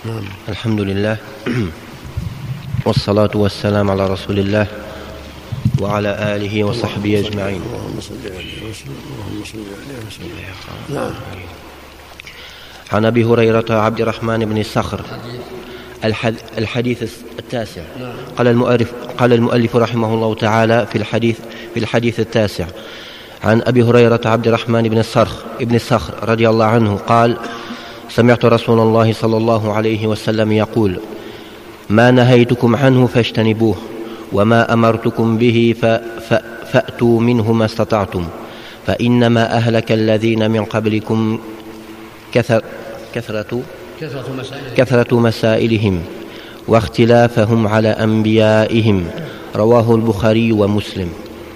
الحمد لله والصلاة والسلام على رسول الله وعلى آله وصحبه أجمعين. عن أبي هريرة عبد الرحمن بن صخر. الحديث التاسع. قال المؤلف رحمه الله تعالى في الحديث التاسع عن أبي هريرة عبد الرحمن بن صخر رضي الله عنه قال: سمعت رسول الله صلى الله عليه وسلم يقول: ما نهيتكم عنه فاجتنبوه، وما أمرتكم به فأتوا منه ما استطعتم، فإنما أهلك الذين من قبلكم كثرة مسائلهم واختلافهم على أنبيائهم. رواه البخاري ومسلم.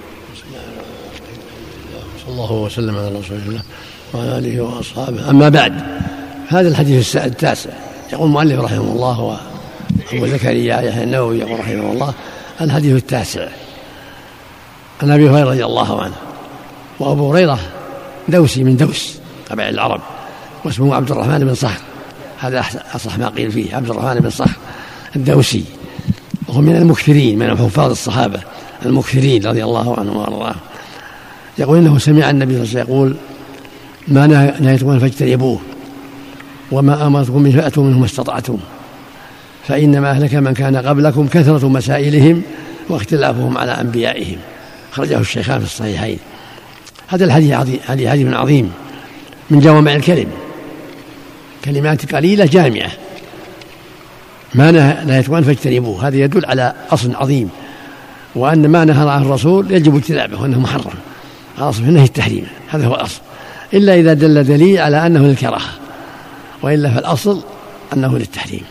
صلى الله وسلم على رسول الله وعلى آله وأصحابه. أما بعد، هذا الحديث التاسع. يقول المؤلف رحمه الله وأبو زكريا يحيى النووي يقول رحمه الله: الحديث التاسع عن أبي هريرة رضي الله عنه. وأبو هريرة دوسي من دوس تبع العرب، واسمه عبد الرحمن بن صخر، هذا أصح ما قيل فيه، عبد الرحمن بن صخر الدوسي، وهو من المكثرين، من حفاظ الصحابة المكثرين رضي الله عنهم وأرضاهم. يقول إنه سمع النبي صلى الله عليه وسلم يقول: ما نهيتكم فاجتنبوه، وما أمرتكم به فأتوا منه ما استطعتم، فإنما أهلك من كان قبلكم كثرة مسائلهم واختلافهم على أنبيائهم. خرجه الشيخان في الصحيحين. هذا الحديث حديث عظيم من جوامع الكلم، كلمات قليلة جامعة. ما نهيتكم فاجتنبوه، هذا يدل على أصل عظيم، وأن ما نهى عنه الرسول يجب اجتنابه وأنه محرم. الأصل في النهي التحريم، هذا هو الأصل، إلا إذا دل دليل على أنه للكراهة، وإلا فالأصل أنه للتحريم،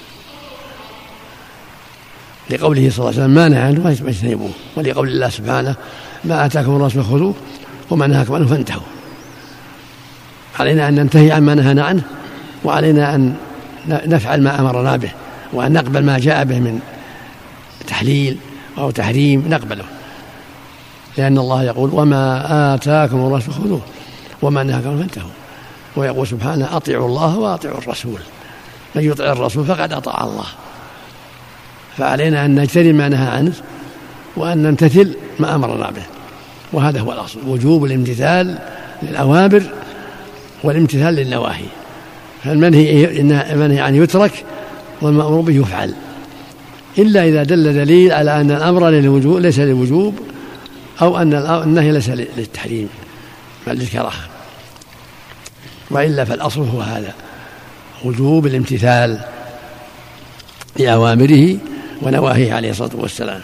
لقوله صلى الله عليه وسلم: ما نهى عنه فاجتنبوه، ولقول الله سبحانه: ما آتاكم الرسول فخذوه وما نهاكم عنه فانتهوا. علينا أن ننتهي عما نهانا عنه، وعلينا أن نفعل ما أمرنا به، وأن نقبل ما جاء به من تحليل أو تحريم نقبله، لأن الله يقول: وما آتاكم الرسول فخذوه وما نهاكم عنه فانتهوا. ويقول سبحانه: أطيعوا الله وأطيعوا الرسول، من يطع الرسول فقد أطاع الله. فعلينا أن نجتنب ما نهى عنه، وأن نمتثل ما أمرنا به، وهذا هو الأصل، وجوب الامتثال للأوامر والامتثال للنواهي. فالمنهي عنه يترك والمأمور به يفعل، إلا إذا دل دليل على أن الأمر ليس للوجوب، أو أن النهي ليس للتحريم بل للكراهة، وإلا فالأصل هو هذا، وجوب الامتثال لأوامره ونواهيه عليه الصلاة والسلام.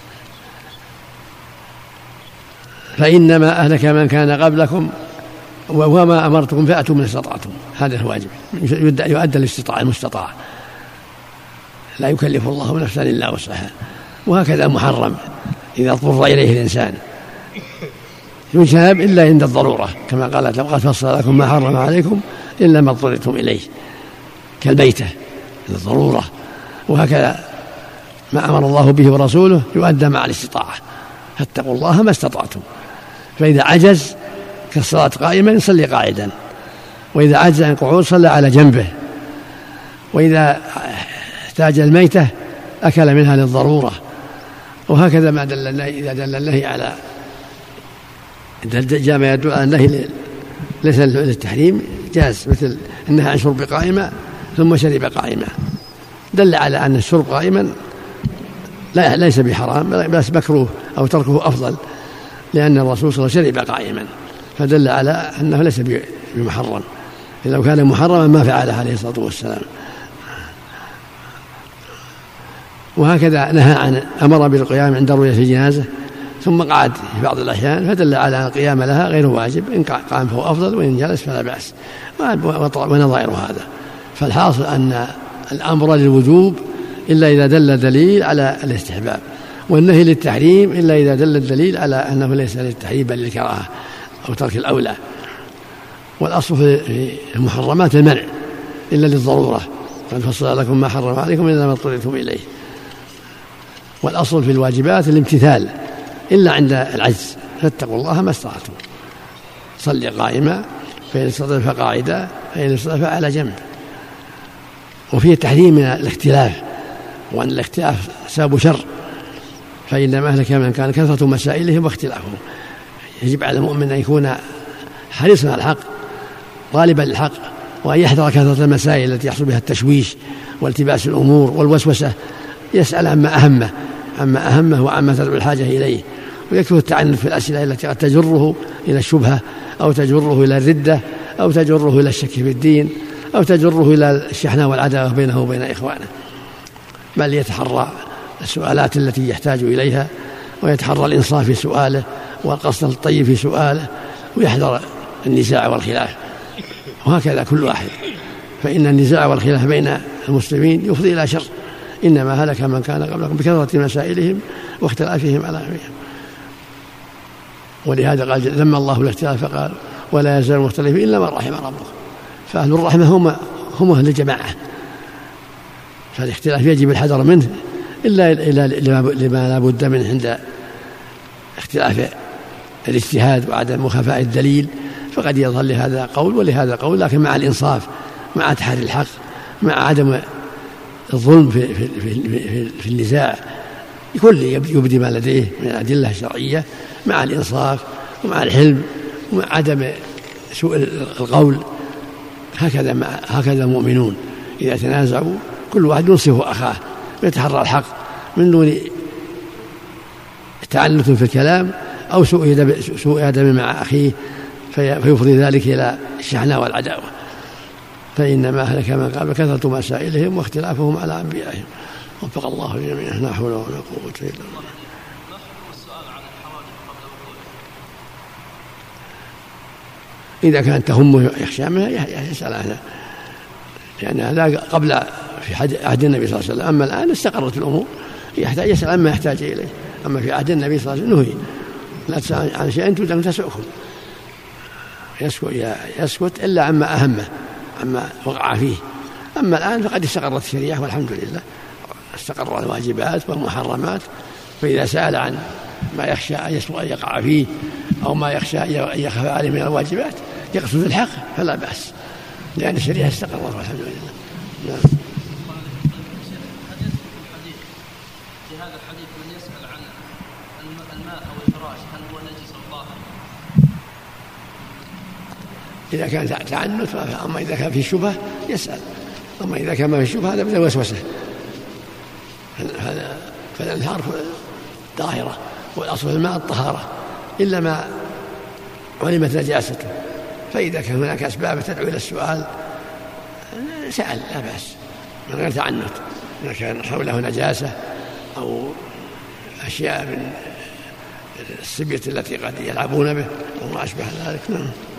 فإنما أهلك من كان قبلكم وما أمرتكم فأتوا من استطعتم، هذا الواجب، يؤدى الاستطاعة المستطاع، لا يكلف الله نفسا إلا وسعها. وهكذا محرم إذا اضطر إليه الإنسان يجاب إلا عند الضرورة، كما قالت: لقد فصل لكم ما حرم عليكم إلا ما اضطررتم إليه، كالبيتة للضرورة. وهكذا ما أمر الله به ورسوله يؤدى مع الاستطاعة، فاتقوا الله ما استطعتم. فإذا عجز كالصلاة قائما يصلي قاعدا، وإذا عجز عن القعود صلى على جنبه، وإذا احتاج الميتة أكل منها للضرورة. وهكذا ما دل إذا دل النهي على جاء ما يدل على النهي ليس للتحريم جاز، مثل النهي عن شرب قائمة ثم شرب قائمة، دل على أن الشرب قائما ليس بحرام بس مكروه أو تركه أفضل، لأن الرسول صلى الله عليه وسلم شرب قائما، فدل على أنه ليس بمحرم. لو كان محرما ما فعله عليه الصلاة والسلام. وهكذا نهى عن أمر بالقيام عند رؤية الجنازة ثم قعد في بعض الأحيان، فدل على أن القيام لها غير واجب، إن قام فهو أفضل وإن جلس فلا بأس، ونظائر هذا. فالحاصل أن الأمر للوجوب إلا إذا دل دليل على الاستحباب، والنهي للتحريم إلا إذا دل الدليل على أنه ليس للتحريم بل للكراهة أو ترك الأولى. والأصل في المحرمات المنع إلا للضرورة، قد فصل لكم ما حرم عليكم إلا ما اضطررتم إليه. والأصل في الواجبات الامتثال إلا عند العجز، فاتقوا الله ما استطعتم. صلي قائما، فإن استطعت فقاعدا، فإن استطعت فعلى جنب. وفيه تحذير من الاختلاف، وأن الاختلاف سبب شر، فإنما أهلك من كان كثرة مسائلهم واختلافهم. يجب على المؤمن أن يكون حريصا على الحق طالبا للحق، وأن يحذر كثرة المسائل التي يحصل بها التشويش والتباس الأمور والوسوسة، يسأل عما أهمه وعما تدعو الحاجة إليه، ويكثر التعنت في الأسئلة التي قد تجره إلى الشبهة أو تجره إلى الردة أو تجره إلى الشك في الدين أو تجره إلى الشحناء والعداوة بينه وبين إخوانه، بل يتحرى السؤالات التي يحتاج إليها، ويتحرى الإنصاف في سؤاله والقصد الطيب في سؤاله، ويحذر النزاع والخلاف. وهكذا كل واحد، فإن النزاع والخلاف بين المسلمين يفضي إلى شر. إنما هلك من كان قبلكم بكثرة مسائلهم واختلافهم على أنبيائهم. ولهذا قال ذم الله الاختلاف فقال ولا يزال مختلفين إلا من رحم ربك. فأهل الرحمة هم أهل الجماعة، فالاختلاف يجب الحذر منه إلا لما لا بد منه عند اختلاف الاجتهاد وعدم مخافاة الدليل، فقد يظل لهذا قول ولهذا قول، لكن مع الإنصاف، مع تحري الحق، مع عدم الظلم في النزاع، كل يبدي ما لديه من الأدلة الشرعية مع الإنصاف ومع الحلم ومع عدم سوء القول. هكذا المؤمنون إذا تنازعوا كل واحد ينصف أخاه ويتحرى الحق من دون تعنت في الكلام أو سوء أدب مع أخيه فيفضي ذلك إلى الشحناء والعداوة. فإنما أهلك من قبل كثرة مسائلهم واختلافهم على أنبيائهم. وفق الله الجميع. لا حول ولا قوة إلا بالله. إذا كانت تهمه يخشى منها يسأل عنها، لأن هذا قبل في عهد النبي صلى الله عليه وسلم. أما الآن استقرت الأمور يحتاج يسأل عما يحتاج إليه. أما في عهد النبي صلى الله عليه وسلم نهي لا تسأل عن شيء أنتم تسؤكم، يسكت إلا عما أهمه عما وقع فيه. أما الآن فقد استقرت الشريعة والحمد لله، استقر الواجبات والمحرمات، فإذا سأل عن ما يخشى أن يقع فيه أو ما يخشى أن يخفى عليه من الواجبات يقصد الحق فلا بأس، لأن الشريعة استقرت والحمد لله. نعم. في هذا الحديث من يسأل عن الماء أو الفراش هل هو نجس أو طاهر؟ إذا كان تعنت، أما إذا كان في شبهة يسأل، أما إذا كان ما في شبهة هذا بدأ وسوسة. فالأنهار طاهرة والأصل في الماء الطهارة إلا ما علمت نجاسته، فإذا كان هناك أسباب تدعو إلى السؤال سأل لا بأس من غير تعنت. إذا كان حوله نجاسة أو أشياء من السبية التي قد يلعبون به أو ما أشبه ذلك.